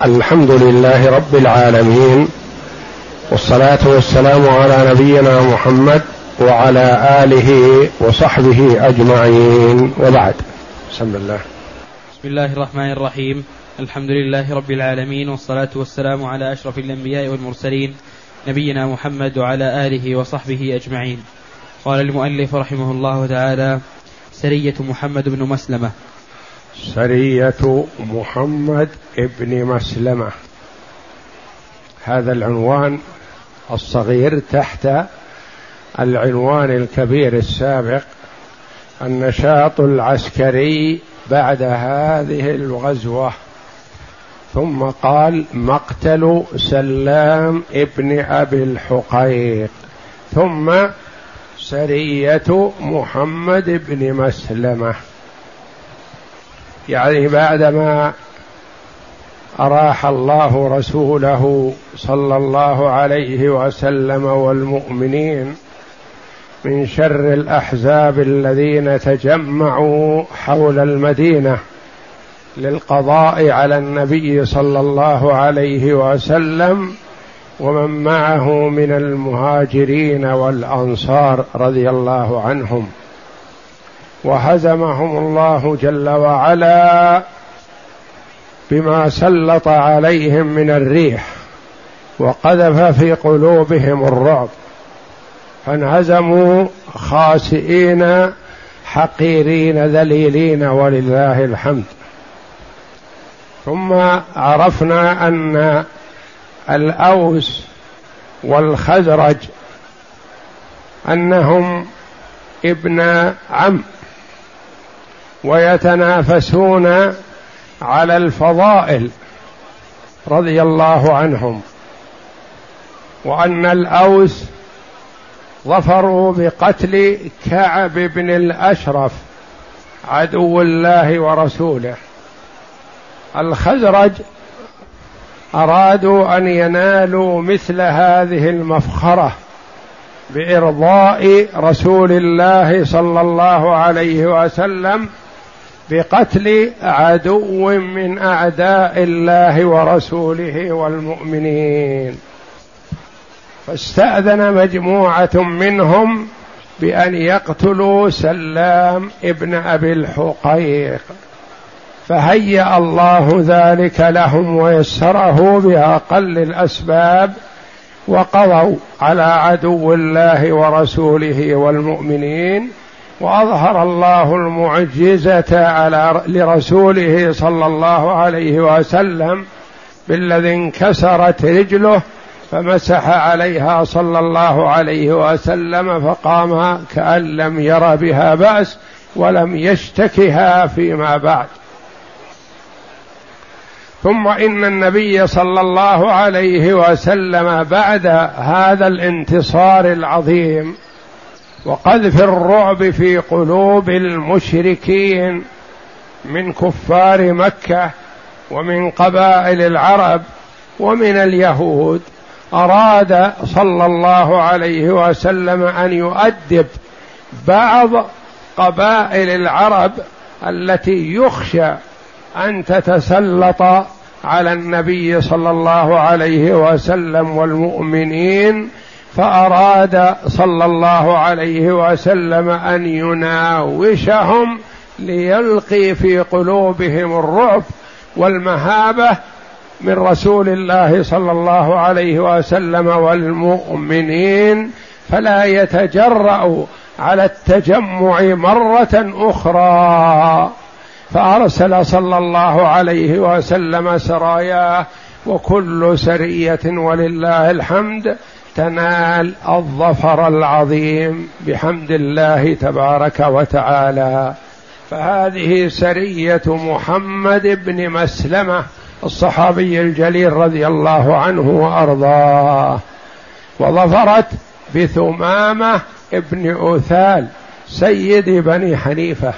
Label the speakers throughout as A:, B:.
A: الحمد لله رب العالمين، والصلاة والسلام على نبينا محمد وعلى آله وصحبه أجمعين، وبعد. بسم
B: الله الرحمن الرحيم. الحمد لله رب العالمين، والصلاة والسلام على أشرف الأنبياء والمرسلين نبينا محمد وعلى آله وصحبه أجمعين. قال المؤلف رحمه الله تعالى: سرية محمد بن مسلمة.
A: سرية محمد بن مسلمة، هذا العنوان الصغير تحت العنوان الكبير السابق: النشاط العسكري بعد هذه الغزوة. ثم قال: مقتل سلام ابن أبي الحقيق، ثم سرية محمد بن مسلمة. يعني بعدما أراح الله رسوله صلى الله عليه وسلم والمؤمنين من شر الأحزاب الذين تجمعوا حول المدينة للقضاء على النبي صلى الله عليه وسلم ومن معه من المهاجرين والأنصار رضي الله عنهم، وهزمهم الله جل وعلا بما سلط عليهم من الريح، وقذف في قلوبهم الرعب، فانهزموا خاسئين حقيرين ذليلين، ولله الحمد. ثم عرفنا أن الأوس والخزرج أنهم ابن عم، ويتنافسون على الفضائل رضي الله عنهم، وأن الأوس ظفروا بقتل كعب بن الأشرف عدو الله ورسوله. الخزرج أرادوا أن ينالوا مثل هذه المفخرة بإرضاء رسول الله صلى الله عليه وسلم بقتل عدو من أعداء الله ورسوله والمؤمنين، فاستأذن مجموعة منهم بأن يقتلوا سلام ابن أبي الحقيق، فهيأ الله ذلك لهم ويسره بأقل الأسباب، وقضوا على عدو الله ورسوله والمؤمنين، وأظهر الله المعجزة لرسوله صلى الله عليه وسلم بالذي انكسرت رجله، فمسح عليها صلى الله عليه وسلم فقام كأن لم ير بها بأس ولم يشتكها فيما بعد. ثم إن النبي صلى الله عليه وسلم بعد هذا الانتصار العظيم وقذف الرعب في قلوب المشركين من كفار مكة ومن قبائل العرب ومن اليهود، أراد صلى الله عليه وسلم أن يؤدب بعض قبائل العرب التي يخشى أن تتسلط على النبي صلى الله عليه وسلم والمؤمنين، فأراد صلى الله عليه وسلم أن يناوشهم ليلقي في قلوبهم الرعب والمهابة من رسول الله صلى الله عليه وسلم والمؤمنين، فلا يتجرأوا على التجمع مرة أخرى. فأرسل صلى الله عليه وسلم سراياه، وكل سرية ولله الحمد تنال الظفر العظيم بحمد الله تبارك وتعالى. فهذه سرية محمد بن مسلمة الصحابي الجليل رضي الله عنه وأرضاه، وظفرت بثمامة ابن أثال سيد بني حنيفة.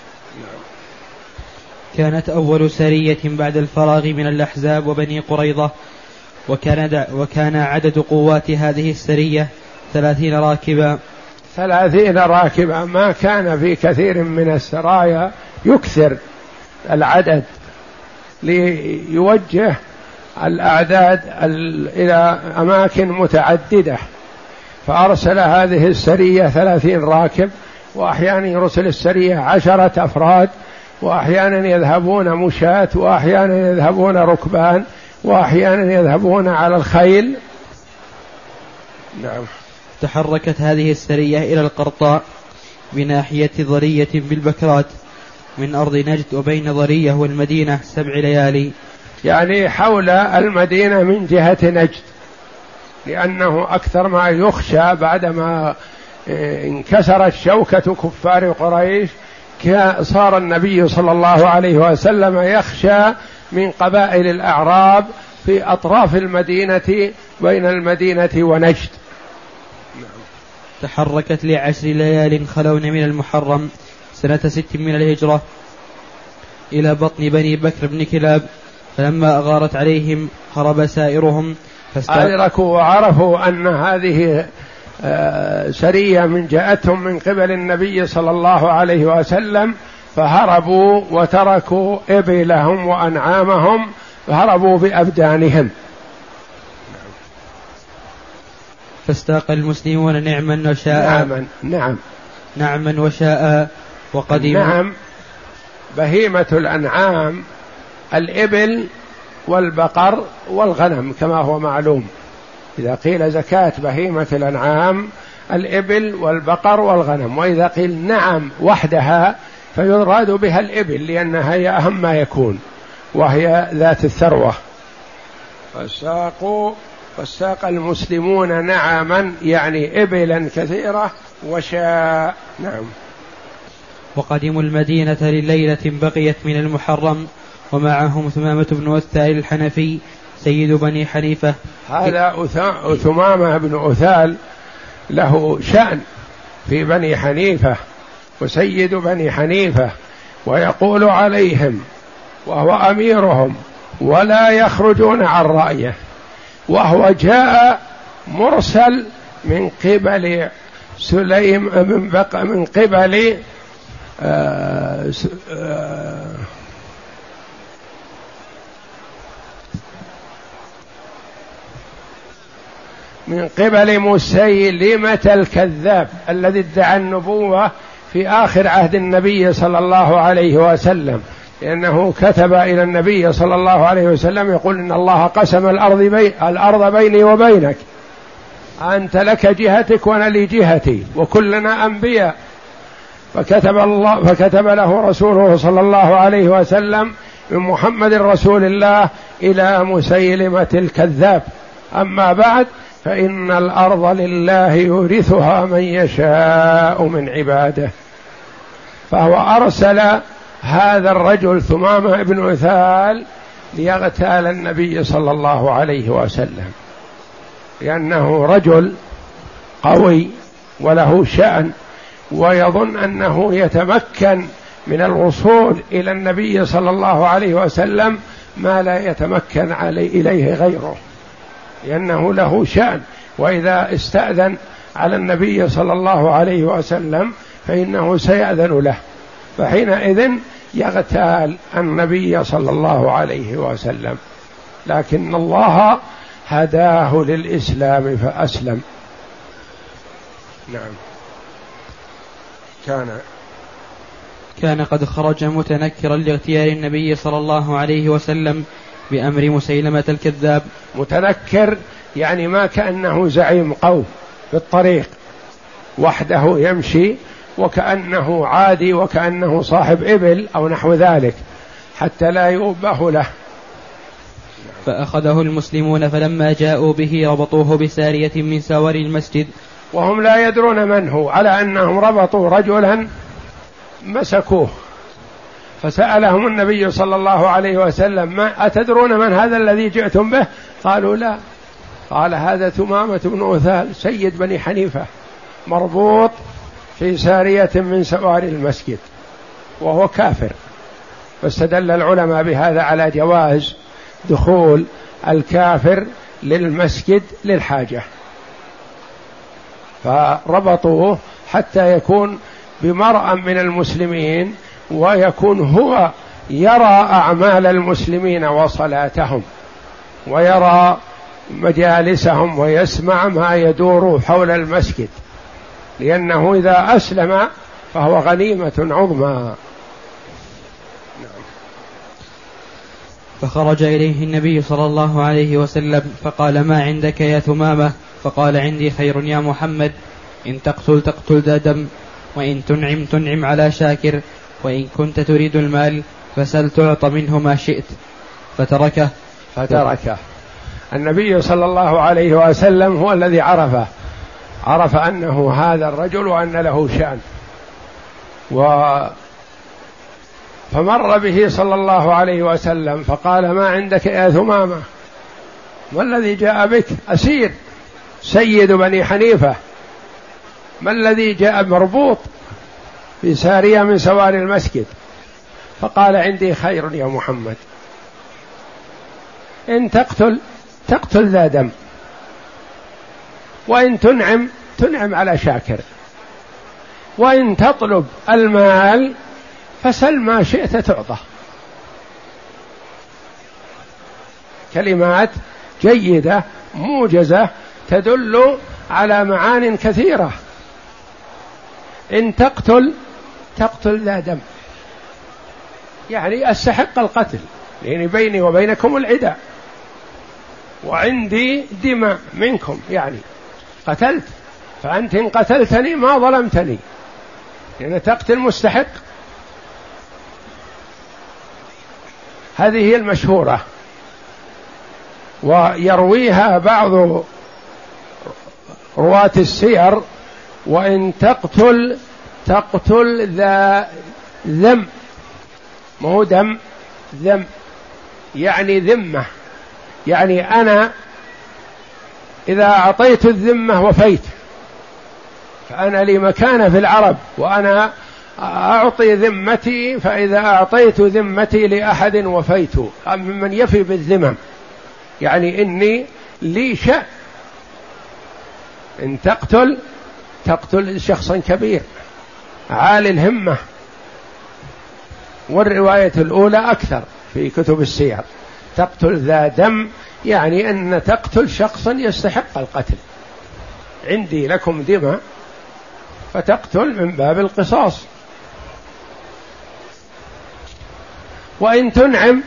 B: كانت أول سرية بعد الفراغ من الأحزاب وبني قريظة، وكان عدد قوات هذه السرية 30 راكبا.
A: 30 راكبا، ما كان في كثير من السرايا يكثر العدد ليوجه الأعداد إلى أماكن متعددة، فأرسل هذه السرية 30 راكب، وأحيانا يرسل السرية 10 أفراد، وأحيانا يذهبون مشاة، وأحيانا يذهبون ركبان، وأحيانا يذهبون على الخيل. نعم.
B: تحركت هذه السرية إلى القرطاء بناحية ضرية بالبكرات من أرض نجد، وبين ضرية والمدينة 7 ليالي،
A: يعني حول المدينة من جهة نجد، لأنه أكثر ما يخشى بعدما انكسرت شوكة كفار قريش، صار النبي صلى الله عليه وسلم يخشى من قبائل الأعراب في أطراف المدينة بين المدينة ونجد.
B: تحركت ل10 ليال خلون من المحرم سنة 6 من الهجرة إلى بطن بني بكر بن كلاب، فلما أغارت عليهم هرب سائرهم
A: أدركوا وعرفوا أن هذه سرية من جاءتهم من قبل النبي صلى الله عليه وسلم، فهربوا وتركوا إبلهم وأنعامهم، فهربوا بأبدانهم.
B: فاستاق المسلمون نعما وشاء.
A: نعما
B: وشاء وقدموا.
A: نعم، بهيمة الأنعام الإبل والبقر والغنم كما هو معلوم. إذا قيل زكاة بهيمة الأنعام الإبل والبقر والغنم، وإذا قيل نعم وحدها فيراد بها الإبل، لأنها هي أهم ما يكون وهي ذات الثروة. فساق المسلمون نعما يعني إبلا كثيرة وشاء. نعم.
B: وقدموا المدينة لليلة بقيت من المحرم، ومعهم ثمامة بن أثال الحنفي سيد بني حنيفة.
A: هذا ثمامة بن أثال له شأن في بني حنيفة وسيد بني حنيفة، ويقول عليهم وهو أميرهم ولا يخرجون عن رأيه، وهو جاء مرسل من قبل سليم من قبل من قبل مسيلمة الكذاب الذي ادعى النبوة في آخر عهد النبي صلى الله عليه وسلم، لأنه كتب إلى النبي صلى الله عليه وسلم يقول إن الله قسم الأرض بيني وبينك، أنت لك جهتك وأنا لي جهتي وكلنا أنبياء، فكتب له رسوله صلى الله عليه وسلم من محمد رسول الله إلى مسيلمة الكذاب: أما بعد فإن الأرض لله يورثها من يشاء من عباده. فهو أرسل هذا الرجل ثمامة بن أثال ليغتال النبي صلى الله عليه وسلم، لأنه رجل قوي وله شأن، ويظن أنه يتمكن من الوصول إلى النبي صلى الله عليه وسلم ما لا يتمكن إليه غيره، لأنه له شأن، وإذا استأذن على النبي صلى الله عليه وسلم فإنه سيأذن له، فحينئذ يغتال النبي صلى الله عليه وسلم. لكن الله هداه للإسلام فأسلم. نعم.
B: كان قد خرج متنكرا لاغتيال النبي صلى الله عليه وسلم بأمر مسيلمة الكذاب.
A: متنكر يعني ما كأنه زعيم قوم في الطريق وحده يمشي، وكأنه عادي وكأنه صاحب إبل أو نحو ذلك، حتى لا يؤبه له.
B: فأخذه المسلمون فلما جاءوا به ربطوه بسارية من سوار المسجد،
A: وهم لا يدرون من هو، على أنهم ربطوا رجلا مسكوه، فسألهم النبي صلى الله عليه وسلم: ما أتدرون من هذا الذي جئتم به؟ قالوا لا. قال: هذا ثمامة بن أثال سيد بني حنيفة مربوط في سارية من سوار المسجد وهو كافر. فاستدل العلماء بهذا على جواز دخول الكافر للمسجد للحاجة، فربطوه حتى يكون بمرأى من المسلمين، ويكون هو يرى أعمال المسلمين وصلاتهم، ويرى مجالسهم ويسمع ما يدور حول المسجد، لأنه إذا أسلم فهو غنيمة عظمى.
B: فخرج إليه النبي صلى الله عليه وسلم فقال: ما عندك يا ثمامة؟ فقال: عندي خير يا محمد، إن تقتل تقتل ذا دم، وإن تنعم تنعم على شاكر، وإن كنت تريد المال فسل تعط منه ما شئت. فتركه.
A: النبي صلى الله عليه وسلم هو الذي عرف أنه هذا الرجل وأن له شأن، فمر به صلى الله عليه وسلم فقال: ما عندك يا ثمامة؟ ما الذي جاء بك؟ أسير سيد بني حنيفة، ما الذي جاء؟ مربوط في سارية من سوار المسجد. فقال: عندي خير يا محمد، إن تقتل تقتل ذا دم، وإن تنعم تنعم على شاكر، وإن تطلب المال فسل ما شئت تعطى. كلمات جيدة موجزة تدل على معان كثيرة. إن تقتل تقتل ذا دم، يعني أستحق القتل، لأن بيني وبينكم العداء، وعندي دماء منكم، يعني قتلت، فأنت إن قتلتني ما ظلمتني، لأن تقتل مستحق. هذه هي المشهورة، ويرويها بعض رواة السير: وإن تقتل تقتل ذا ذم، مو دم، ذم يعني ذمة، يعني أنا إذا أعطيت الذمة وفيت، فأنا لي مكانة في العرب، وأنا أعطي ذمتي، فإذا أعطيت ذمتي لأحد وفيت، ممن يفي بالذمم، يعني إني لي شأن. إن تقتل تقتل شخصا كبير عالي الهمة. والرواية الأولى أكثر في كتب السير: تقتل ذا دم، يعني أن تقتل شخصا يستحق القتل، عندي لكم دماء فتقتل من باب القصاص. وإن تنعم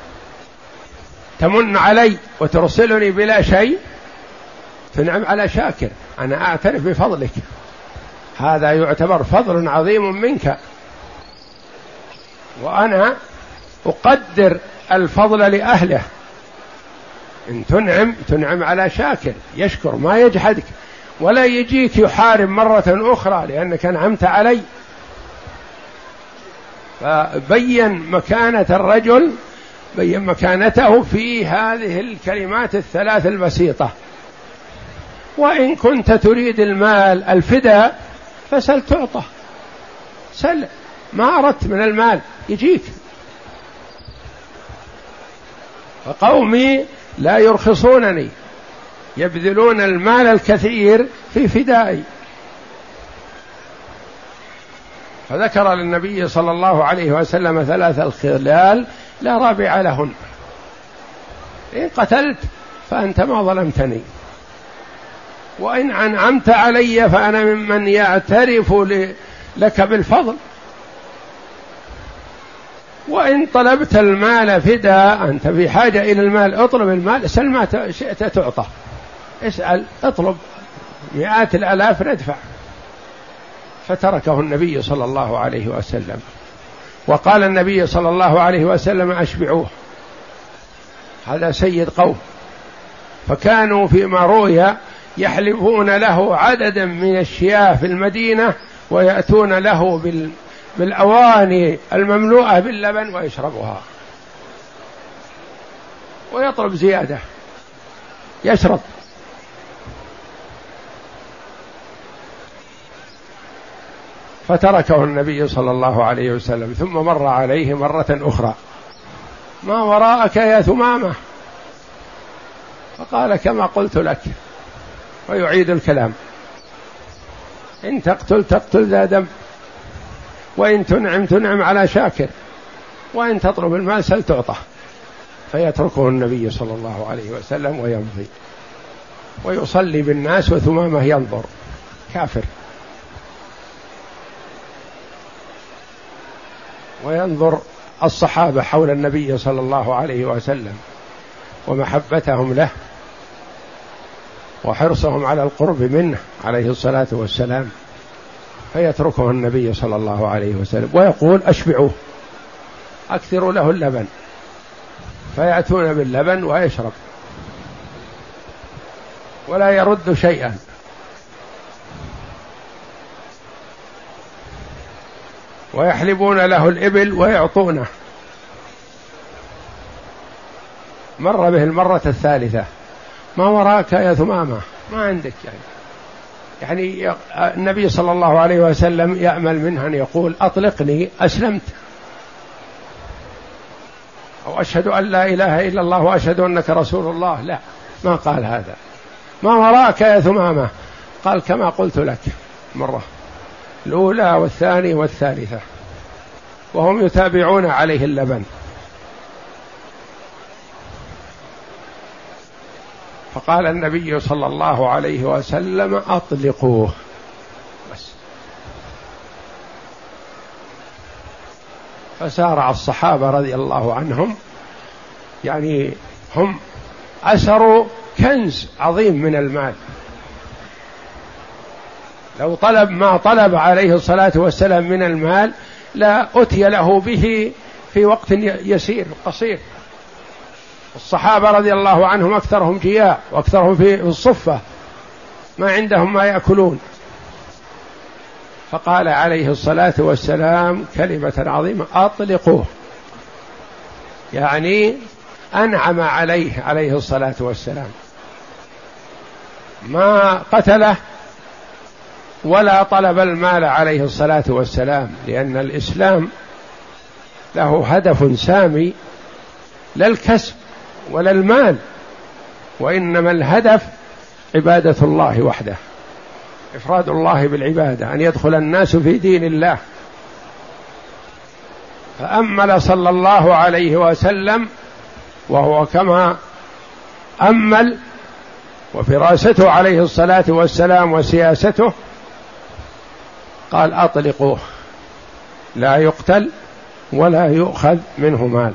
A: تمن علي وترسلني بلا شيء، تنعم على شاكر، أنا أعترف بفضلك، هذا يعتبر فضل عظيم منك، وأنا أقدر الفضل لأهله. إن تنعم تنعم على شاكر، يشكر ما يجحدك، ولا يجيك يحارب مرة أخرى لأنك أنعمت علي. فبين مكانة الرجل، بين مكانته في هذه الكلمات الثلاث البسيطة: وإن كنت تريد المال الفداء فسل تعطى، سل، ما أردت من المال يجيك. فقومي لا يرخصونني، يبذلون المال الكثير في فدائي. فذكر للنبي صلى الله عليه وسلم 3 الخلال لا رابع لهن: إن قتلت فأنت ما ظلمتني، وإن أنعمت علي فأنا ممن يعترف لك بالفضل، وإن طلبت المال فداء، أنت في حاجة إلى المال، اطلب المال، اسأل ما شئت تعطى، اسأل، اطلب، مئات الآلاف ندفع. فتركه النبي صلى الله عليه وسلم، وقال النبي صلى الله عليه وسلم: أشبعوه، هذا سيد قوم. فكانوا فيما روي يحلبون له عددا من الشياه في المدينة، ويأتون له بالأواني المملوءة باللبن ويشربها، ويطلب زيادة يشرب. فتركه النبي صلى الله عليه وسلم، ثم مر عليه مرة أخرى: ما وراءك يا ثمامة؟ فقال: كما قلت لك، ويعيد الكلام: إن تقتل تقتل ذا دم، وإن تنعم تنعم على شاكر، وإن تطلب المال سل تعطى. فيتركه النبي صلى الله عليه وسلم ويمضي ويصلي بالناس وثمامة ينظر كافر. وينظر الصحابة حول النبي صلى الله عليه وسلم ومحبتهم له وحرصهم على القرب منه عليه الصلاة والسلام، فيتركه النبي صلى الله عليه وسلم ويقول أشبعوه، أكثروا له اللبن، فيأتون باللبن ويشرب ولا يرد شيئا. ويحلبون له الإبل ويعطونه. مر به المرة الثالثة: ما وراك يا ثمامة؟ ما عندك يعني النبي صلى الله عليه وسلم يأمل منه أن يقول أطلقني أسلمت، أو أشهد أن لا إله إلا الله وأشهد أنك رسول الله. لا، ما قال هذا. ما وراك يا ثمامة؟ قال كما قلت لك مرة الأولى والثانية والثالثة، وهم يتابعون عليه اللبن. فقال النبي صلى الله عليه وسلم أطلقوه بس. فسارع الصحابة رضي الله عنهم، يعني هم أسروا كنز عظيم من المال، لو طلب ما طلب عليه الصلاة والسلام من المال لا أتي له به في وقت يسير قصير. الصحابة رضي الله عنهم أكثرهم جياع وأكثرهم في الصفة، ما عندهم ما يأكلون. فقال عليه الصلاة والسلام كلمة عظيمة: أطلقوه، يعني أنعم عليه الصلاة والسلام، ما قتله ولا طلب المال عليه الصلاة والسلام، لأن الإسلام له هدف سامي، لا الكسب ولا المال، وإنما الهدف عبادة الله وحده، إفراد الله بالعبادة، أن يدخل الناس في دين الله. فأمل صلى الله عليه وسلم، وهو كما أمل، وفراسته عليه الصلاة والسلام وسياسته، قال أطلقوه، لا يقتل ولا يؤخذ منه مال.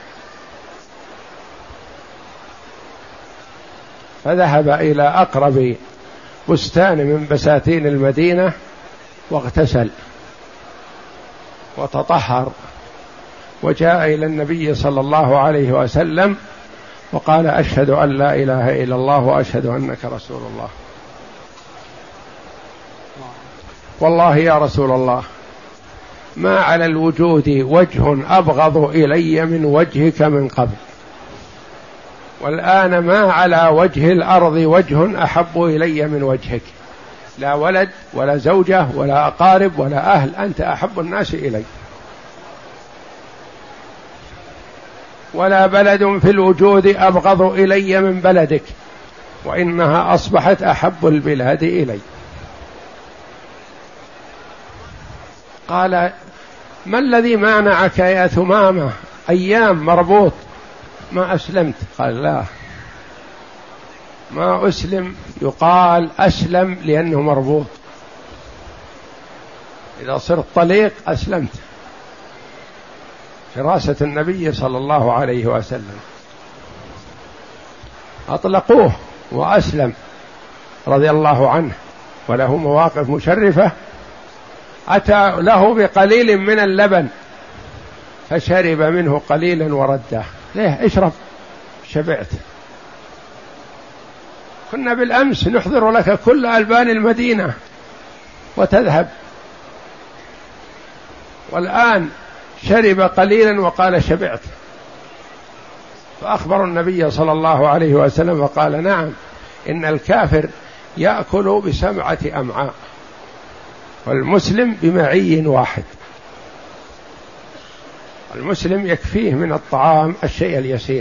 A: فذهب إلى أقرب بستان من بساتين المدينة واغتسل وتطهر، وجاء إلى النبي صلى الله عليه وسلم وقال: أشهد أن لا إله إلا الله وأشهد أنك رسول الله. والله يا رسول الله ما على الوجود وجه أبغض إلي من وجهك من قبل، والآن ما على وجه الأرض وجه أحب إلي من وجهك، لا ولد ولا زوجة ولا أقارب ولا أهل، أنت أحب الناس إلي. ولا بلد في الوجود أبغض إلي من بلدك، وإنها أصبحت أحب البلاد إلي. قال: ما الذي مانعك يا ثمامة أيام مربوط ما أسلمت؟ قال: لا، ما أسلم، يقال أسلم لأنه مربوط، إذا صرت طليق أسلمت. فراسة النبي صلى الله عليه وسلم. أطلقوه وأسلم رضي الله عنه، وله مواقف مشرفة. أتى له بقليل من اللبن فشرب منه قليلا ورده. ليه؟ اشرب، شبعت. كنا بالأمس نحضر لك كل ألبان المدينة وتذهب، والآن شرب قليلا وقال شبعت. فأخبر النبي صلى الله عليه وسلم وقال: نعم، إن الكافر يأكل ب7 أمعاء والمسلم بمعي واحد. المسلم يكفيه من الطعام الشيء اليسير.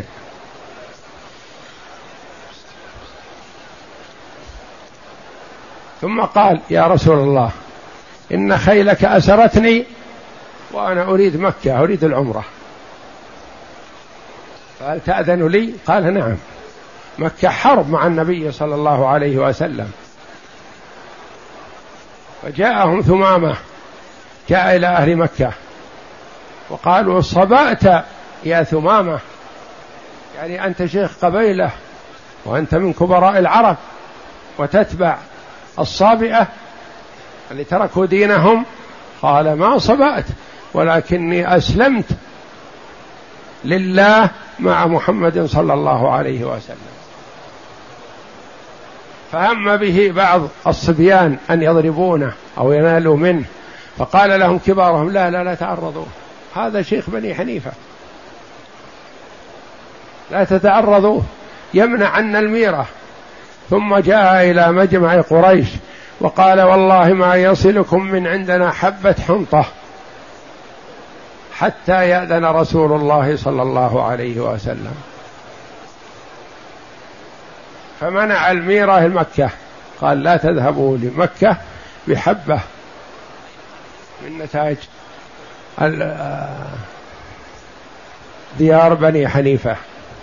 A: ثم قال: يا رسول الله إن خيلك أسرتني وأنا أريد مكة، أريد العمرة. قال تأذن لي؟ قال نعم. مكة حرب مع النبي صلى الله عليه وسلم، فجاءهم ثمامة، جاء إلى أهل مكة وقالوا صبأت يا ثمامة، يعني أنت شيخ قبيلة وأنت من كبراء العرب وتتبع الصابئة اللي تركوا دينهم. قال ما صبأت ولكني أسلمت لله مع محمد صلى الله عليه وسلم. فهم به بعض الصبيان أن يضربونه أو ينالوا منه، فقال لهم كبارهم لا لا لا تعرضوا، هذا شيخ بني حنيفة لا تتعرضوه يمنع عنا الميرة. ثم جاء إلى مجمع قريش وقال والله ما يصلكم من عندنا حبة حنطة حتى يأذن رسول الله صلى الله عليه وسلم. فمنع الميرة المكة، قال لا تذهبوا لمكة بحبة من نتاج ديار بني حنيفة،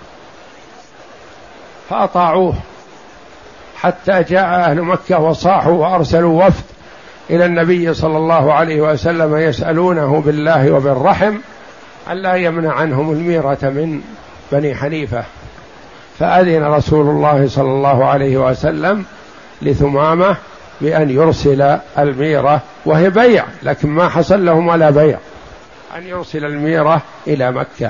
A: فأطاعوه حتى جاء أهل مكة وصاحوا وأرسلوا وفد إلى النبي صلى الله عليه وسلم يسألونه بالله وبالرحم ألا يمنع عنهم الميرة من بني حنيفة. فأذن رسول الله صلى الله عليه وسلم لثمامة بأن يرسل الميرة، وهي بيع لكن ما حصل لهم ولا بيع، أن يرسل الميرة إلى مكة.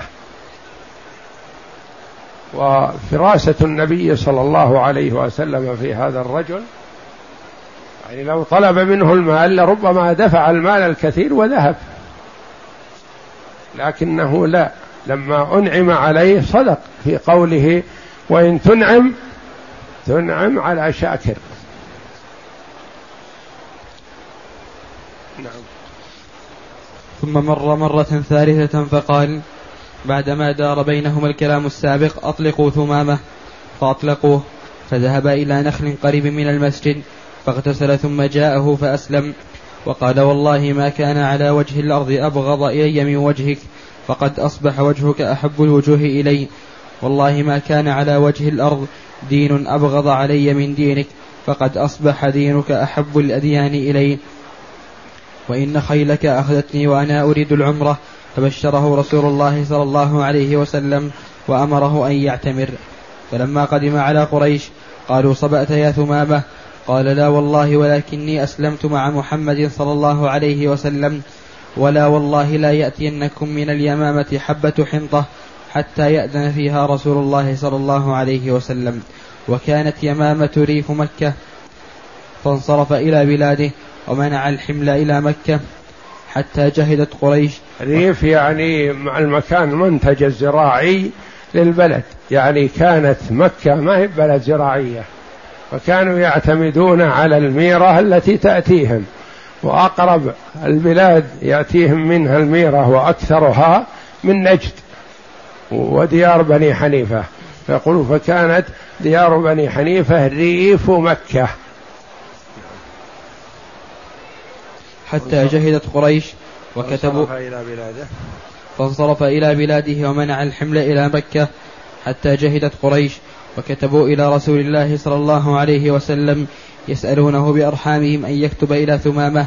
A: وفراسة النبي صلى الله عليه وسلم في هذا الرجل، يعني لو طلب منه المال لربما دفع المال الكثير وذهب، لكنه لا، لما أنعم عليه صدق في قوله وإن تنعم على شاكر. نعم.
B: ثم مر مرة ثالثة فقال بعدما دار بينهما الكلام السابق أطلقوا ثمامة، فأطلقوه، فذهب إلى نخل قريب من المسجد فاغتسل ثم جاءه فأسلم، وقال والله ما كان على وجه الأرض أبغض إلي من وجهك، فقد أصبح وجهك أحب الوجوه إلي، والله ما كان على وجه الأرض دين أبغض علي من دينك، فقد أصبح دينك أحب الأديان إلي، وإن خيلك أخذتني وأنا أريد العمرة. فبشره رسول الله صلى الله عليه وسلم وأمره أن يعتمر. فلما قدم على قريش قالوا صبأت يا ثمامة؟ قال لا والله ولكني أسلمت مع محمد صلى الله عليه وسلم، ولا والله لا يأتينكم من اليمامة حبة حنطة حتى يأذن فيها رسول الله صلى الله عليه وسلم. وكانت يمامة ريف مكة، فانصرف إلى بلاده ومنع الحمل إلى مكة حتى جهدت قريش.
A: ريف يعني المكان منتج الزراعي للبلد، يعني كانت مكة ما هي بلد زراعية، فكانوا يعتمدون على الميرة التي تأتيهم، وأقرب البلاد يأتيهم منها الميرة وأكثرها من نجد وديار بني حنيفة، فيقول فكانت ديار بني حنيفة ريف مكة.
B: حتى جهدت قريش وكتبوا فانصرف إلى بلاده ومنع الحمل إلى مكة حتى جهدت قريش، وكتبوا إلى رسول الله صلى الله عليه وسلم يسألونه بأرحامهم أن يكتب إلى ثمامة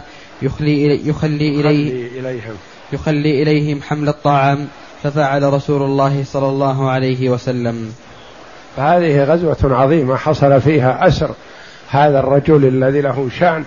B: يخلي إليهم حمل الطعام، ففعل رسول الله صلى الله عليه وسلم.
A: فهذه غزوة عظيمة حصل فيها أسر هذا الرجل الذي له شأن،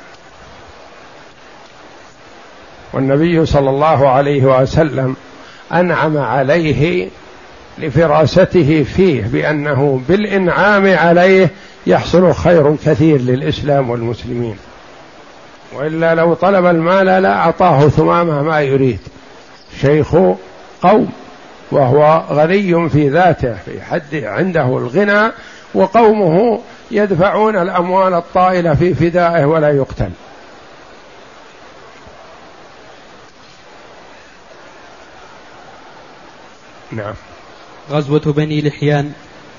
A: والنبي صلى الله عليه وسلم أنعم عليه لفراسته فيه بأنه بالإنعام عليه يحصل خير كثير للإسلام والمسلمين، وإلا لو طلب المال لا أعطاه ثمامة ما يريد، شيخ قوم وهو غني في ذاته، في حد عنده الغنى، وقومه يدفعون الأموال الطائلة في فدائه ولا يقتل. نعم.
B: غزوة بني لحيان.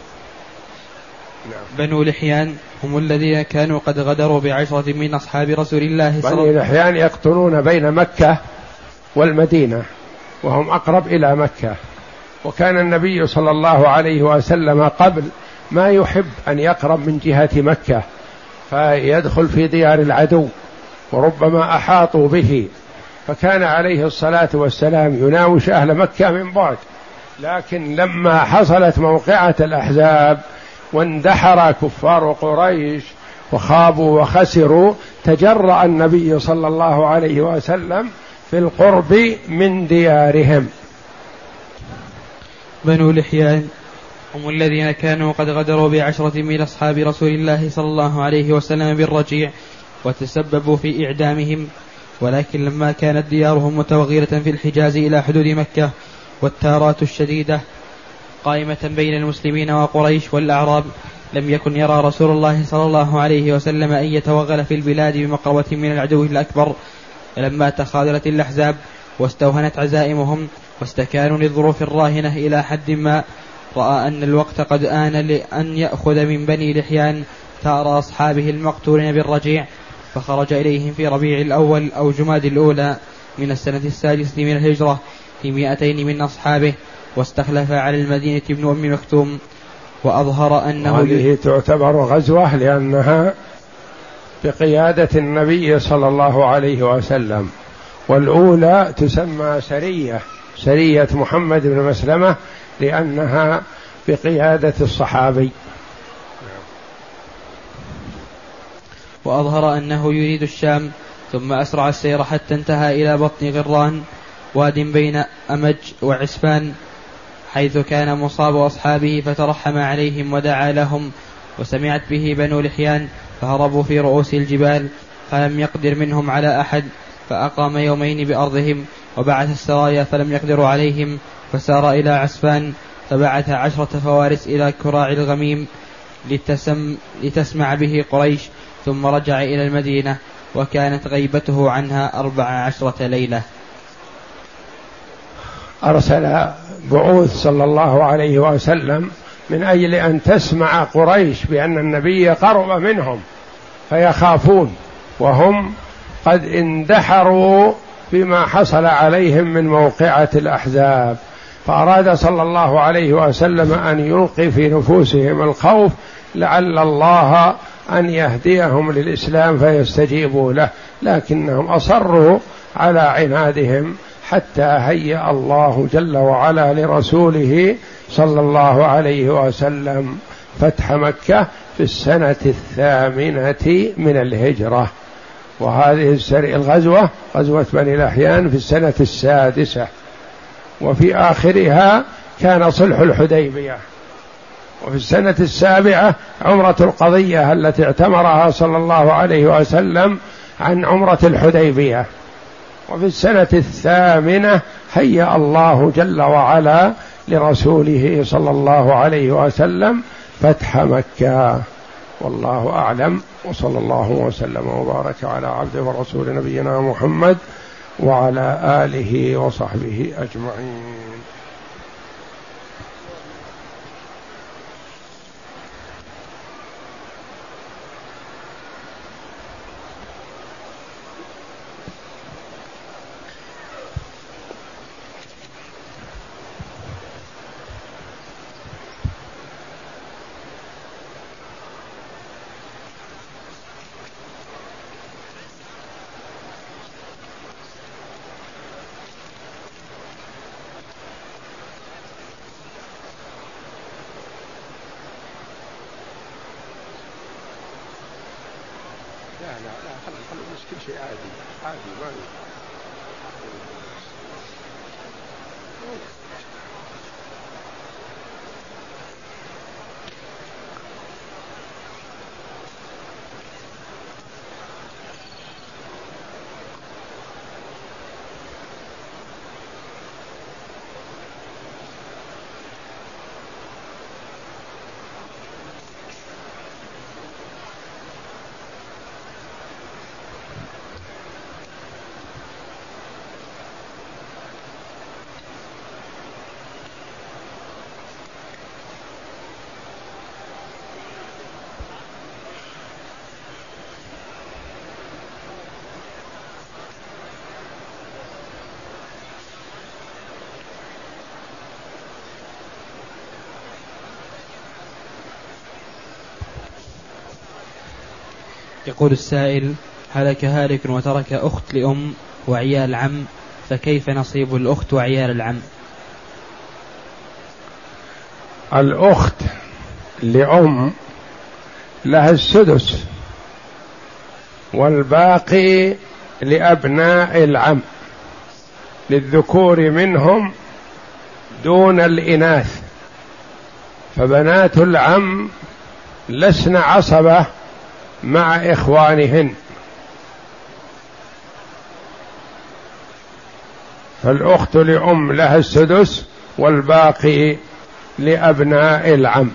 B: بنو لحيان هم الذين كانوا قد غدروا بعشرة من أصحاب رسول الله صلى الله عليه وسلم.
A: بني لحيان يقطنون بين مكة والمدينة وهم أقرب إلى مكة، وكان النبي صلى الله عليه وسلم قبل ما يحب أن يقرب من جهة مكة فيدخل في ديار العدو، وربما أحاطوا به، فكان عليه الصلاة والسلام يناوش أهل مكة من بعد. لكن لما حصلت موقعة الأحزاب واندحر كفار قريش وخابوا وخسروا، تجرأ النبي صلى الله عليه وسلم في القرب من ديارهم.
B: بنو لحيان هم الذين كانوا قد غدروا ب10 من أصحاب رسول الله صلى الله عليه وسلم بالرجيع وتسببوا في إعدامهم، ولكن لما كانت ديارهم متوغلة في الحجاز إلى حدود مكة والتارات الشديدة قائمة بين المسلمين وقريش والأعراب، لم يكن يرى رسول الله صلى الله عليه وسلم أن يتوغل في البلاد بمقربة من العدو الأكبر. لما تخاذلت الأحزاب واستوهنت عزائمهم واستكانوا للظروف الراهنة إلى حد ما، رأى أن الوقت قد آن لأن يأخذ من بني لحيان ثار أصحابه المقتولين بالرجيع، فخرج إليهم في ربيع الأول أو جماد الأولى من السنة 6 من الهجرة في 200 من أصحابه، واستخلف على المدينة ابن أم مكتوم. وأظهر أنه
A: هذه تعتبر غزوة لأنها بقيادة النبي صلى الله عليه وسلم، والأولى تسمى سرية محمد بن مسلمة لأنها بقيادة الصحابي.
B: وأظهر أنه يريد الشام، ثم أسرع السير حتى انتهى إلى بطن غران، واد بين أمج وعسفان، حيث كان مصاب أصحابه، فترحم عليهم ودعا لهم، وسمعت به بنو لحيان فهربوا في رؤوس الجبال، فلم يقدر منهم على أحد، فأقام يومين بأرضهم، وبعث السرايا فلم يقدروا عليهم، فسار إلى عسفان، فبعث 10 فوارس إلى كراع الغميم لتسمع به قريش، ثم رجع إلى المدينة، وكانت غيبته عنها 14 ليلة.
A: أرسل بعوث صلى الله عليه وسلم من أجل أن تسمع قريش بأن النبي قرب منهم فيخافون، وهم قد اندحروا بما حصل عليهم من موقعة الأحزاب، فأراد صلى الله عليه وسلم أن يلقي في نفوسهم الخوف لعل الله أن يهديهم للإسلام فيستجيبوا له، لكنهم أصروا على عنادهم حتى هيأ الله جل وعلا لرسوله صلى الله عليه وسلم فتح مكة في السنة 8 من الهجرة. وهذه الغزوة غزوة بني لحيان في السنة 6، وفي آخرها كان صلح الحديبية، وفي السنة 7 عمرة القضية التي اعتمرها صلى الله عليه وسلم عن عمرة الحديبية، وفي السنة 8 هيأ الله جل وعلا لرسوله صلى الله عليه وسلم فتح مكة. والله أعلم، وصلى الله وسلم وبارك على عبده ورسول نبينا محمد وعلى آله وصحبه أجمعين. كل شيء عادي ما
B: يقول السائل: هلك هالك وترك أخت لأم وعيال عم، فكيف نصيب الأخت وعيال العم؟
A: الأخت لأم لها السدس، والباقي لأبناء العم للذكور منهم دون الإناث، فبنات العم لسن عصبة مع إخوانهن، فالأخت لأم لها السدس والباقي لأبناء العم.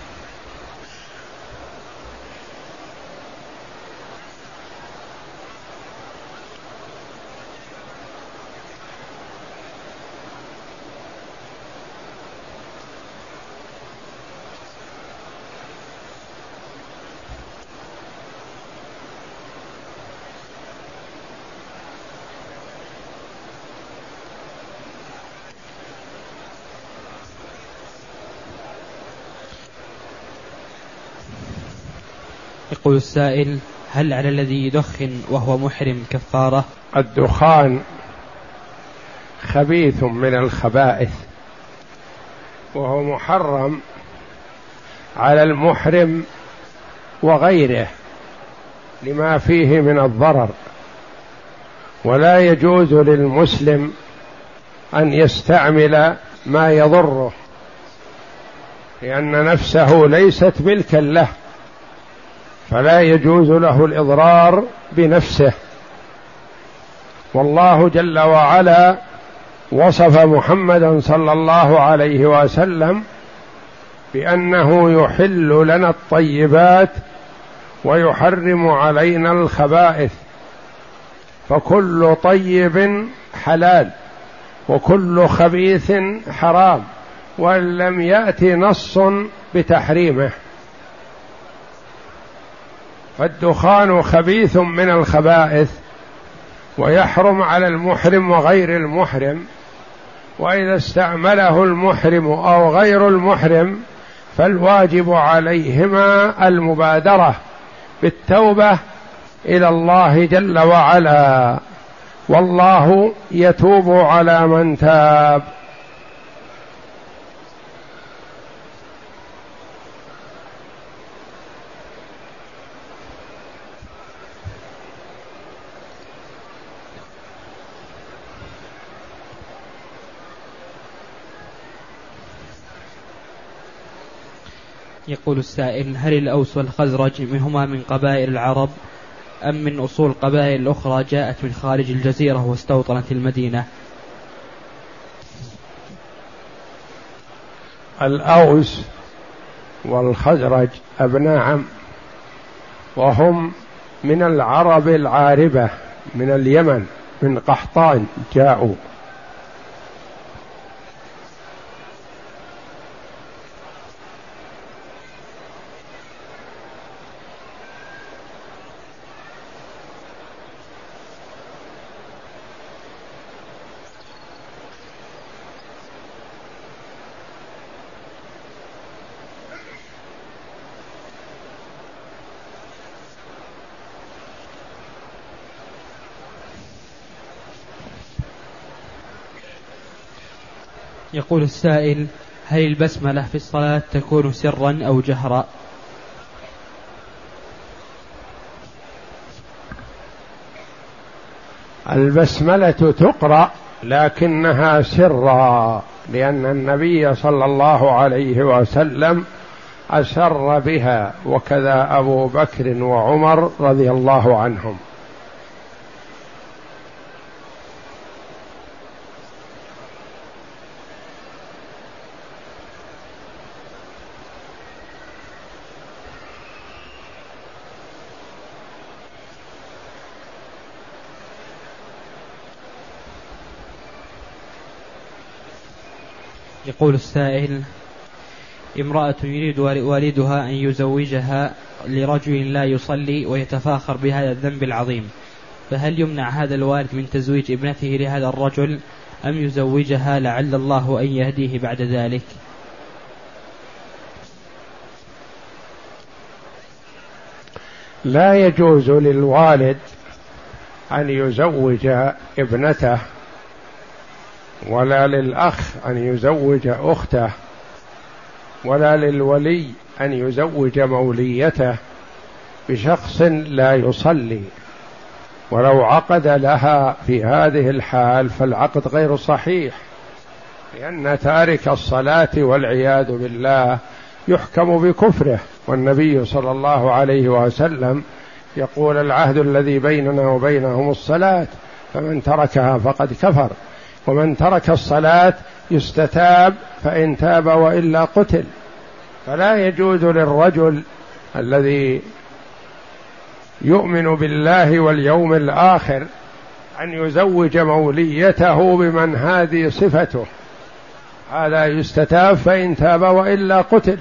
B: يقول السائل: هل على الذي يدخن وهو محرم كفارة؟
A: الدخان خبيث من الخبائث، وهو محرم على المحرم وغيره لما فيه من الضرر، ولا يجوز للمسلم أن يستعمل ما يضره، لأن نفسه ليست ملكا له، فلا يجوز له الإضرار بنفسه. والله جل وعلا وصف محمدا صلى الله عليه وسلم بأنه يحل لنا الطيبات ويحرم علينا الخبائث، فكل طيب حلال وكل خبيث حرام، وإن لم يأتي نص بتحريمه. فالدخان خبيث من الخبائث ويحرم على المحرم وغير المحرم، وإذا استعمله المحرم أو غير المحرم فالواجب عليهما المبادرة بالتوبة إلى الله جل وعلا، والله يتوب على من تاب.
B: يقول السائل: هل الأوس والخزرج منهما من قبائل العرب أم من أصول قبائل أخرى جاءت من خارج الجزيرة واستوطنت المدينة؟
A: الأوس والخزرج أبناء عم، وهم من العرب العاربة من اليمن، من قحطان جاءوا.
B: يقول السائل: هل البسملة في الصلاة تكون سرا أو جهرا؟
A: البسملة تقرأ لكنها سرا، لأن النبي صلى الله عليه وسلم أسر بها، وكذا أبو بكر وعمر رضي الله عنهم.
B: يقول السائل: امرأة يريد والدها أن يزوجها لرجل لا يصلي ويتفاخر بهذا الذنب العظيم، فهل يمنع هذا الوالد من تزويج ابنته لهذا الرجل أم يزوجها لعل الله أن يهديه بعد ذلك؟
A: لا يجوز للوالد أن يزوج ابنته، ولا للأخ أن يزوج أخته، ولا للولي أن يزوج موليته بشخص لا يصلي، ولو عقد لها في هذه الحال فالعقد غير صحيح، لأن تارك الصلاة والعياذ بالله يحكم بكفره. والنبي صلى الله عليه وسلم يقول: العهد الذي بيننا وبينهم الصلاة، فمن تركها فقد كفر، ومن ترك الصلاة يستتاب، فإن تاب وإلا قتل. فلا يجوز للرجل الذي يؤمن بالله واليوم الآخر أن يزوج موليته بمن هذه صفته، هذا يستتاب فإن تاب وإلا قتل.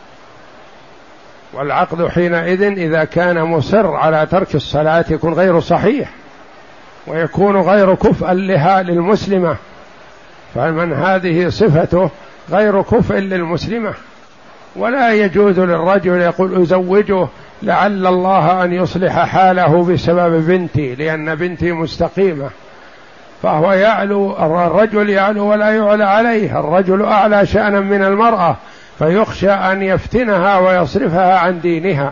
A: والعقد حينئذ إذا كان مصر على ترك الصلاة يكون غير صحيح، ويكون غير كفء لها للمسلمة، فمن هذه صفته غير كفء للمسلمة. ولا يجوز للرجل يقول: أزوجه لعل الله أن يصلح حاله بسبب بنتي، لأن بنتي مستقيمة. فهو يعلو، الرجل يعلو ولا يعلى عليه، الرجل أعلى شأنا من المرأة، فيخشى أن يفتنها ويصرفها عن دينها.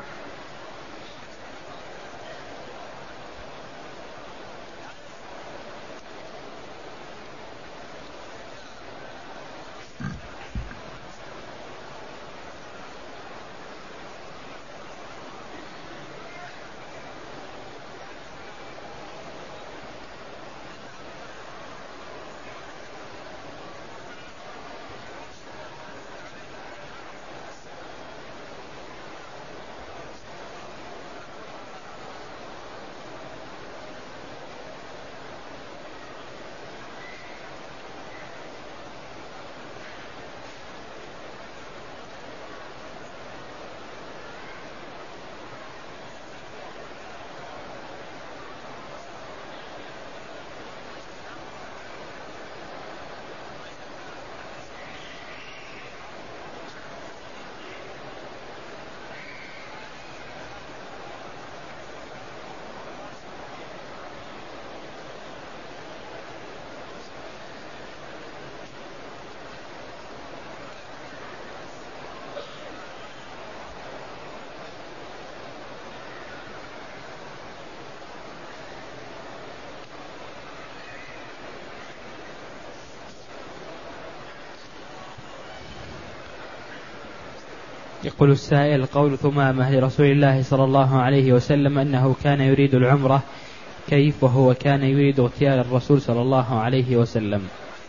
B: يقول السائل: قول ثمامة لرسول الله صلى الله عليه وسلم أنه كان يريد العمرة، كيف وهو كان يريد اغتيال الرسول صلى الله عليه وسلم؟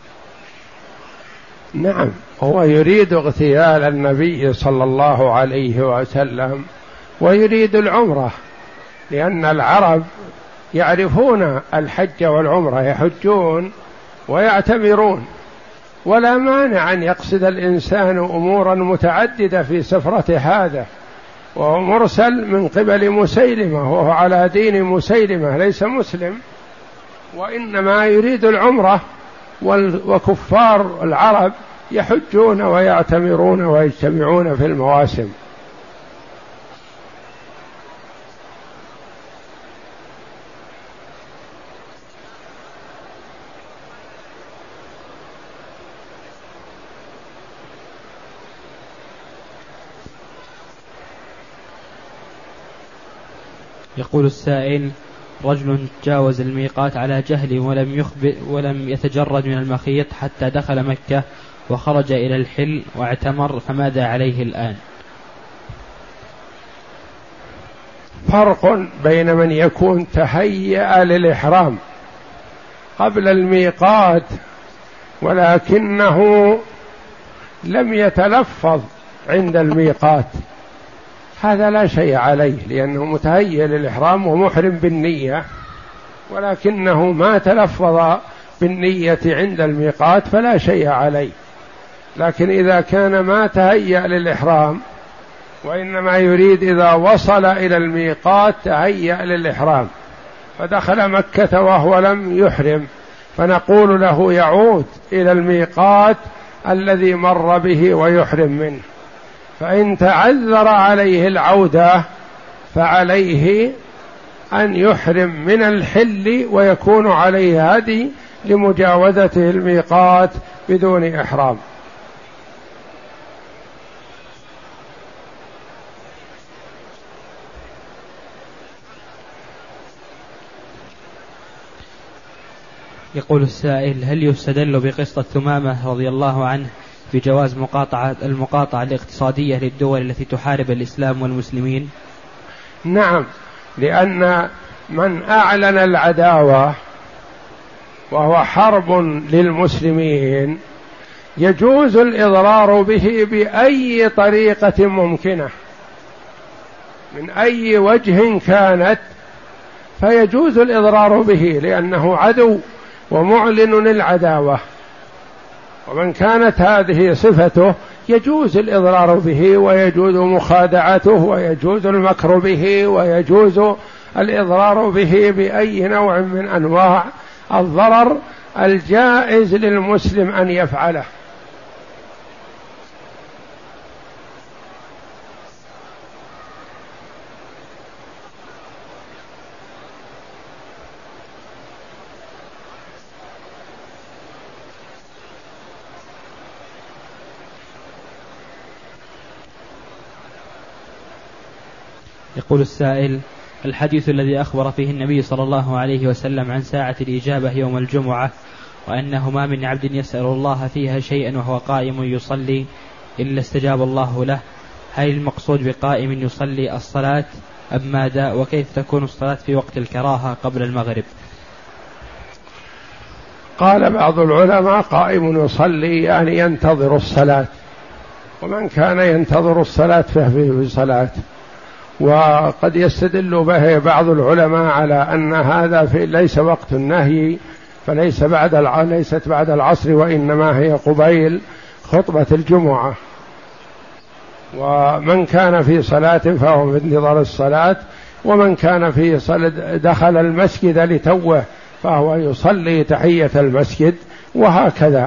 A: نعم، هو يريد اغتيال النبي صلى الله عليه وسلم ويريد العمرة، لأن العرب يعرفون الحج والعمرة، يحجون ويعتمرون، ولا مانع أن يقصد الإنسان أمورا متعددة في سفرة هذا. وهو مرسل من قبل مسيلمة، وهو على دين مسيلمة ليس مسلم، وإنما يريد العمرة. وكفار العرب يحجون ويعتمرون ويجتمعون في المواسم.
B: يقول السائل: رجل تجاوز الميقات على جهل ولم يتجرد من المخيط حتى دخل مكة وخرج إلى الحل واعتمر، فماذا عليه الآن؟
A: فرق بين من يكون تهيأ للإحرام قبل الميقات ولكنه لم يتلفظ عند الميقات، هذا لا شيء عليه، لأنه متهيأ للإحرام ومحرم بالنية، ولكنه ما تلفظ بالنية عند الميقات فلا شيء عليه. لكن إذا كان ما تهيأ للإحرام وإنما يريد إذا وصل إلى الميقات تهيأ للإحرام فدخل مكة وهو لم يحرم، فنقول له يعود إلى الميقات الذي مر به ويحرم منه. فإن تعذر عليه العودة فعليه أن يحرم من الحل ويكون عليه هدي لمجاوزته الميقات بدون إحرام.
B: يقول السائل: هل يستدل بقصة ثمامة رضي الله عنه بجواز المقاطعة الاقتصادية للدول التي تحارب الإسلام والمسلمين؟
A: نعم، لأن من أعلن العداوة وهو حرب للمسلمين يجوز الإضرار به بأي طريقة ممكنة من أي وجه كانت، فيجوز الإضرار به لأنه عدو ومعلن العداوة، ومن كانت هذه صفته يجوز الإضرار به ويجوز مخادعته ويجوز المكر به ويجوز الإضرار به بأي نوع من أنواع الضرر الجائز للمسلم أن يفعله.
B: يقول السائل: الحديث الذي أخبر فيه النبي صلى الله عليه وسلم عن ساعة الإجابة يوم الجمعة وأنه ما من عبد يسأل الله فيها شيئا وهو قائم يصلي إلا استجاب الله له، هل المقصود بقائم يصلي الصلاة أم ماذا؟ وكيف تكون الصلاة في وقت الكراهة قبل المغرب؟
A: قال بعض العلماء قائم يصلي يعني ينتظر الصلاة، ومن كان ينتظر الصلاة فهو في صلاة. وقد يستدل به بعض العلماء على أن هذا ليس وقت النهي، فليست بعد العصر وإنما هي قبيل خطبة الجمعة، ومن كان في صلاة فهو في انتظار الصلاة، ومن كان في صلاة دخل المسجد لتوه فهو يصلي تحية المسجد، وهكذا.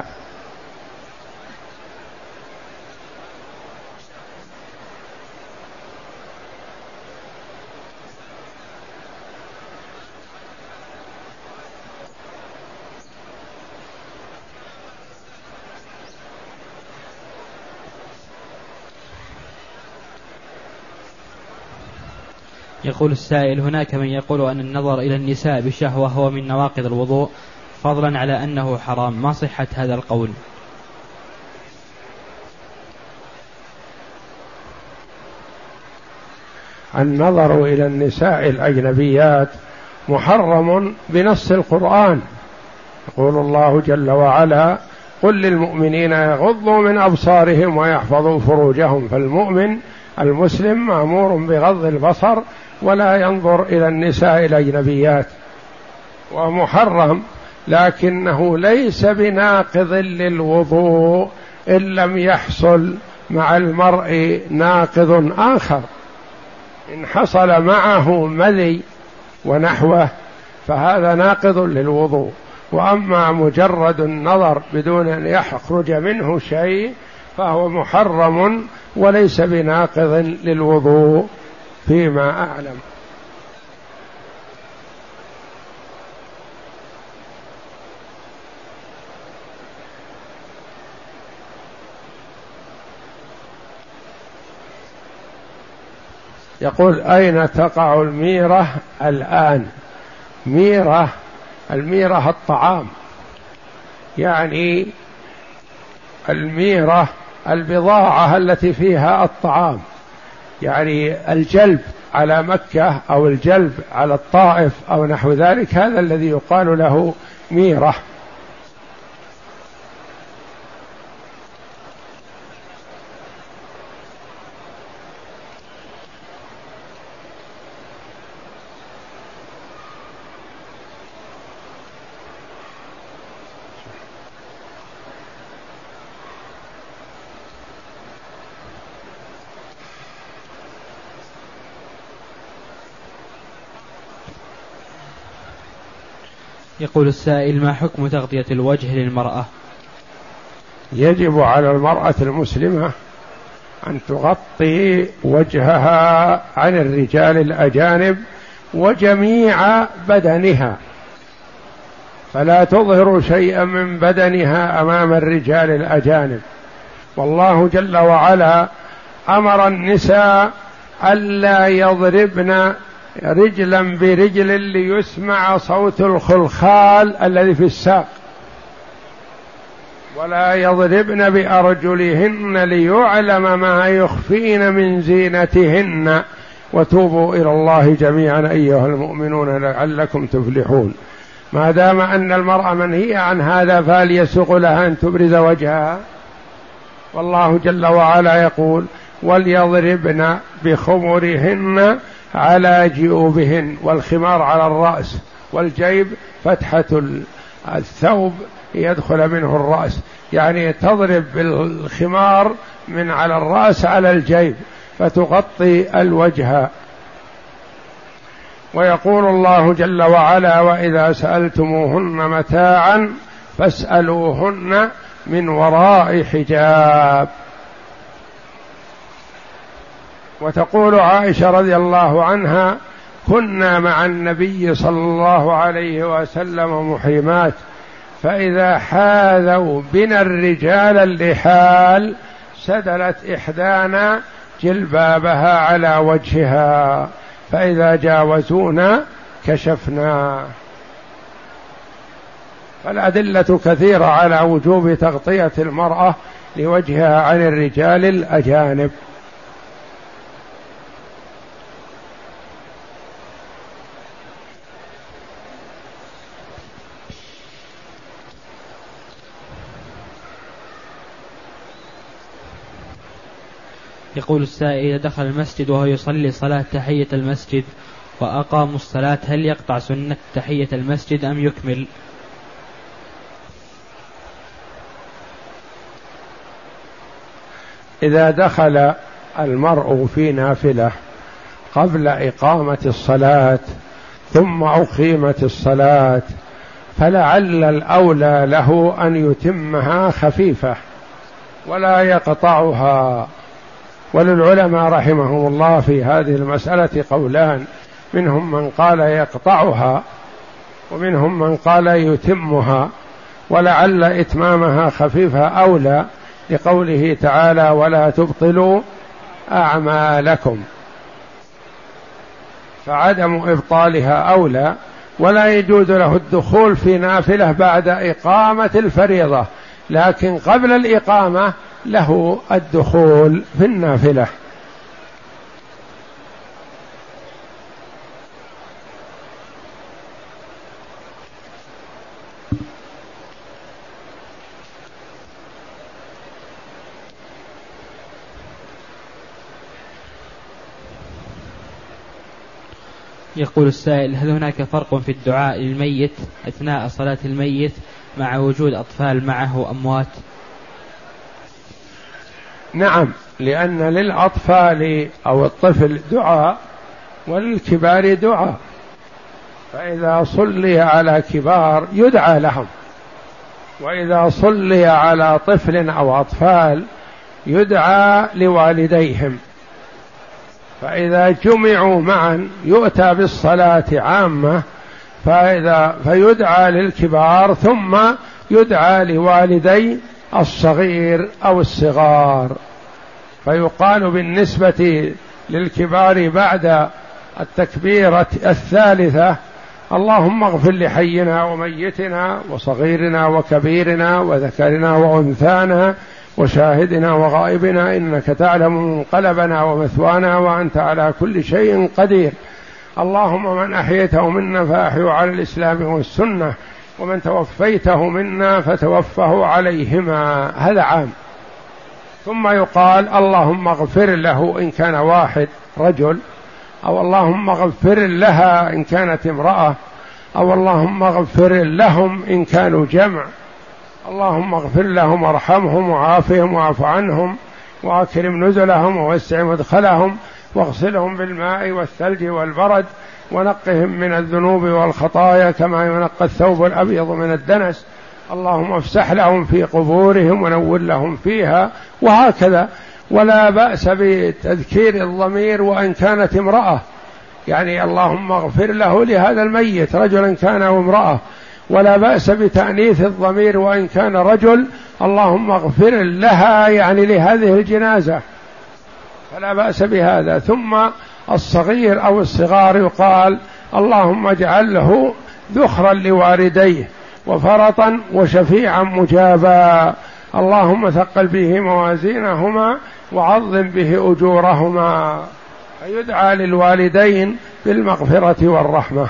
B: يقول السائل: هناك من يقول أن النظر إلى النساء بشهوة هو من نواقض الوضوء فضلا على أنه حرام، ما صحة هذا القول؟
A: النظر إلى النساء الأجنبيات محرم بنص القرآن، يقول الله جل وعلا: قل للمؤمنين يغضوا من أبصارهم ويحفظوا فروجهم. فالمؤمن المسلم مأمور بغض البصر ولا ينظر إلى النساء الأجنبيات، ومحرم، لكنه ليس بناقض للوضوء إن لم يحصل مع المرء ناقض آخر. إن حصل معه مذي ونحوه فهذا ناقض للوضوء، وأما مجرد النظر بدون أن يخرج منه شيء فهو محرم وليس بناقض للوضوء فيما أعلم. يقول: أين تقع الميرة الآن؟ الميرة الطعام، يعني الميرة البضاعة التي فيها الطعام، يعني الجلب على مكة أو الجلب على الطائف أو نحو ذلك، هذا الذي يقال له ميرة.
B: يقول السائل: ما حكم تغطية الوجه للمرأة؟
A: يجب على المرأة المسلمة أن تغطي وجهها عن الرجال الأجانب وجميع بدنها، فلا تظهر شيئا من بدنها أمام الرجال الأجانب. والله جل وعلا أمر النساء ألا يضربن رجلا برجل ليسمع صوت الخلخال الذي في الساق، ولا يضربن بأرجلهن ليعلم ما يخفين من زينتهن، وتوبوا إلى الله جميعا أيها المؤمنون لعلكم تفلحون. ما دام أن المرأة منهية عن هذا فليسوق لها أن تبرز وجهها. والله جل وعلا يقول وليضربن بخمرهن على جيوبهن، والخمار على الرأس، والجيب فتحة الثوب يدخل منه الرأس، يعني تضرب بالخمار من على الرأس على الجيب فتغطي الوجه. ويقول الله جل وعلا وإذا سألتموهن متاعا فاسألوهن من وراء حجاب. وتقول عائشة رضي الله عنها كنا مع النبي صلى الله عليه وسلم محرمات، فإذا حاذوا بنا الرجال اللحال سدلت إحدانا جلبابها على وجهها، فإذا جاوزونا كشفنا. فالأدلة كثيرة على وجوب تغطية المرأة لوجهها عن الرجال الأجانب.
B: يقول السائل إذا دخل المسجد وهو يصلي صلاة تحية المسجد وأقاموا الصلاة هل يقطع سنة تحية المسجد أم يكمل؟
A: إذا دخل المرء في نافلة قبل إقامة الصلاة ثم أقيمت الصلاة فلعل الأولى له أن يتمها خفيفة ولا يقطعها. وللعلماء رحمهم الله في هذه المسألة قولان، منهم من قال يقطعها ومنهم من قال يتمها، ولعل إتمامها خفيفة أولى لقوله تعالى ولا تبطلوا أعمالكم، فعدم إبطالها أولى. ولا يجوز له الدخول في نافلة بعد إقامة الفريضة، لكن قبل الإقامة له الدخول في النافلة.
B: يقول السائل هل هناك فرق في الدعاء للميت أثناء صلاة الميت مع وجود أطفال معه أموات؟
A: نعم، لأن للأطفال أو الطفل دعاء وللكبار دعاء، فإذا صلي على كبار يدعى لهم، وإذا صلي على طفل أو أطفال يدعى لوالديهم. فإذا جمعوا معا يؤتى بالصلاة عامة، فيدعى للكبار ثم يدعى لوالدي الصغير أو الصغار. فيقال بالنسبة للكبار بعد التكبيرة الثالثة اللهم اغفر لحينا وميتنا وصغيرنا وكبيرنا وذكرنا وأنثانا وشاهدنا وغائبنا إنك تعلم منقلبنا ومثوانا وأنت على كل شيء قدير. اللهم من أحييته منا فأحيه على الإسلام والسنة، ومن توفيته منا فتوفه عليهما. هذا عام. ثم يقال اللهم اغفر له إن كان واحد رجل، أو اللهم اغفر لها إن كانت امرأة، أو اللهم اغفر لهم إن كانوا جمع. اللهم اغفر لهم وارحمهم وعافهم واعف عنهم وأكرم نزلهم ووسع مدخلهم واغسلهم بالماء والثلج والبرد ونقهم من الذنوب والخطايا كما ينقى الثوب الأبيض من الدنس. اللهم افسح لهم في قبورهم ونور لهم فيها، وهكذا. ولا بأس بتذكير الضمير وإن كانت امرأة، يعني اللهم اغفر له لهذا الميت رجلا كان أو امرأة، ولا بأس بتأنيث الضمير وإن كان رجل، اللهم اغفر لها يعني لهذه الجنازة، فلا بأس بهذا. ثم الصغير أو الصغار يقال اللهم اجعله ذخرا لوالديه وفرطا وشفيعا مجابا، اللهم ثقل به موازينهما وعظم به أجورهما، فيدعى للوالدين بالمغفرة والرحمة.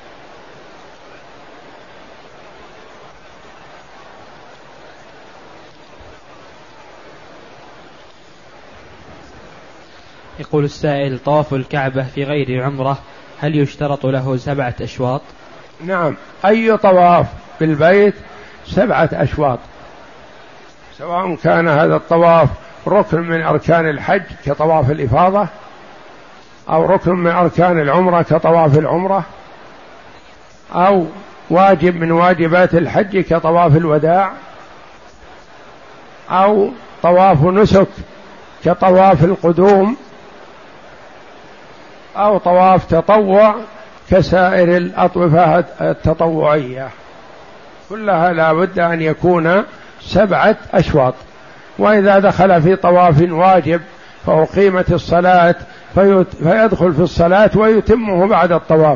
B: يقول السائل: طواف الكعبة في غير عمرة هل يشترط له 7 أشواط؟
A: نعم، أي طواف بالبيت 7 أشواط، سواء كان هذا الطواف ركن من أركان الحج كطواف الإفاضة، أو ركن من أركان العمرة كطواف العمرة، أو واجب من واجبات الحج كطواف الوداع، أو طواف نسك كطواف القدوم، أو طواف تطوع كسائر الأطوفة التطوعية، كلها لا بد أن يكون 7 أشواط. وإذا دخل في طواف واجب فأقيمت الصلاة فيدخل في الصلاة ويتمه بعد الطواف.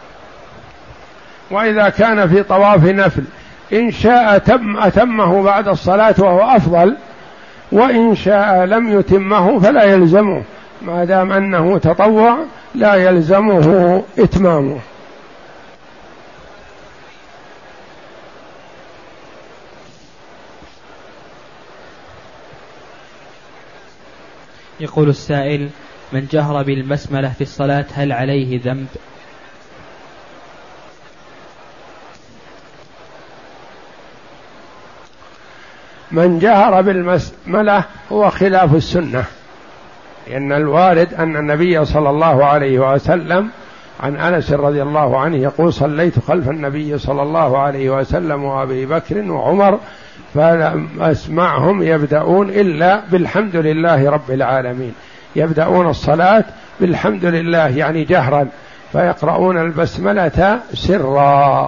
A: وإذا كان في طواف نفل إن شاء أتمه بعد الصلاة وهو أفضل، وإن شاء لم يتمه فلا يلزمه، ما دام أنه تطوع لا يلزمه إتمامه.
B: يقول السائل: من جهر بالبسملة في الصلاة هل عليه ذنب؟
A: من جهر بالبسملة هو خلاف السنة، لأن الوارد أن النبي صلى الله عليه وسلم عن أنس رضي الله عنه يقول: صليت خلف النبي صلى الله عليه وسلم وأبي بكر وعمر فلم أسمعهم يبدأون إلا بالحمد لله رب العالمين، يبدأون الصلاة بالحمد لله يعني جهرا، فيقرؤون البسملة سرا.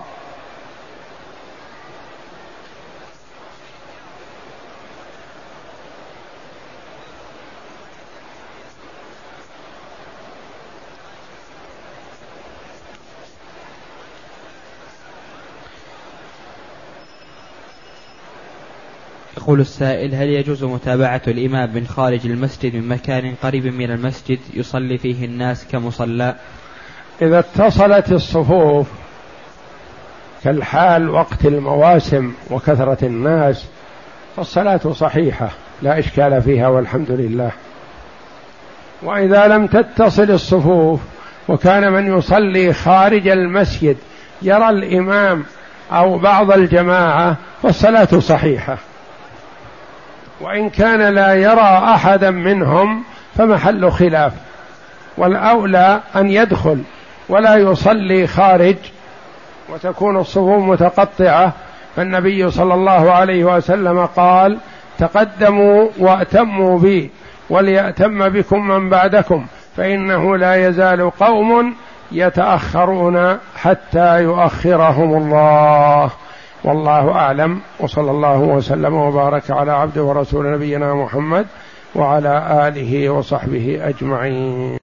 B: يقول السائل: هل يجوز متابعة الإمام من خارج المسجد من مكان قريب من المسجد يصلي فيه الناس كمصلى؟
A: إذا اتصلت الصفوف كالحال وقت المواسم وكثرة الناس فالصلاة صحيحة لا إشكال فيها والحمد لله. وإذا لم تتصل الصفوف وكان من يصلي خارج المسجد يرى الإمام أو بعض الجماعة فالصلاة صحيحة، وإن كان لا يرى أحدا منهم فمحل خلاف، والأولى أن يدخل ولا يصلي خارج وتكون الصفوف متقطعة، فالنبي صلى الله عليه وسلم قال: تقدموا وأتموا بي وليأتم بكم من بعدكم، فإنه لا يزال قوم يتأخرون حتى يؤخرهم الله. والله أعلم، وصلى الله وسلم وبارك على عبده ورسول نبينا محمد وعلى آله وصحبه أجمعين.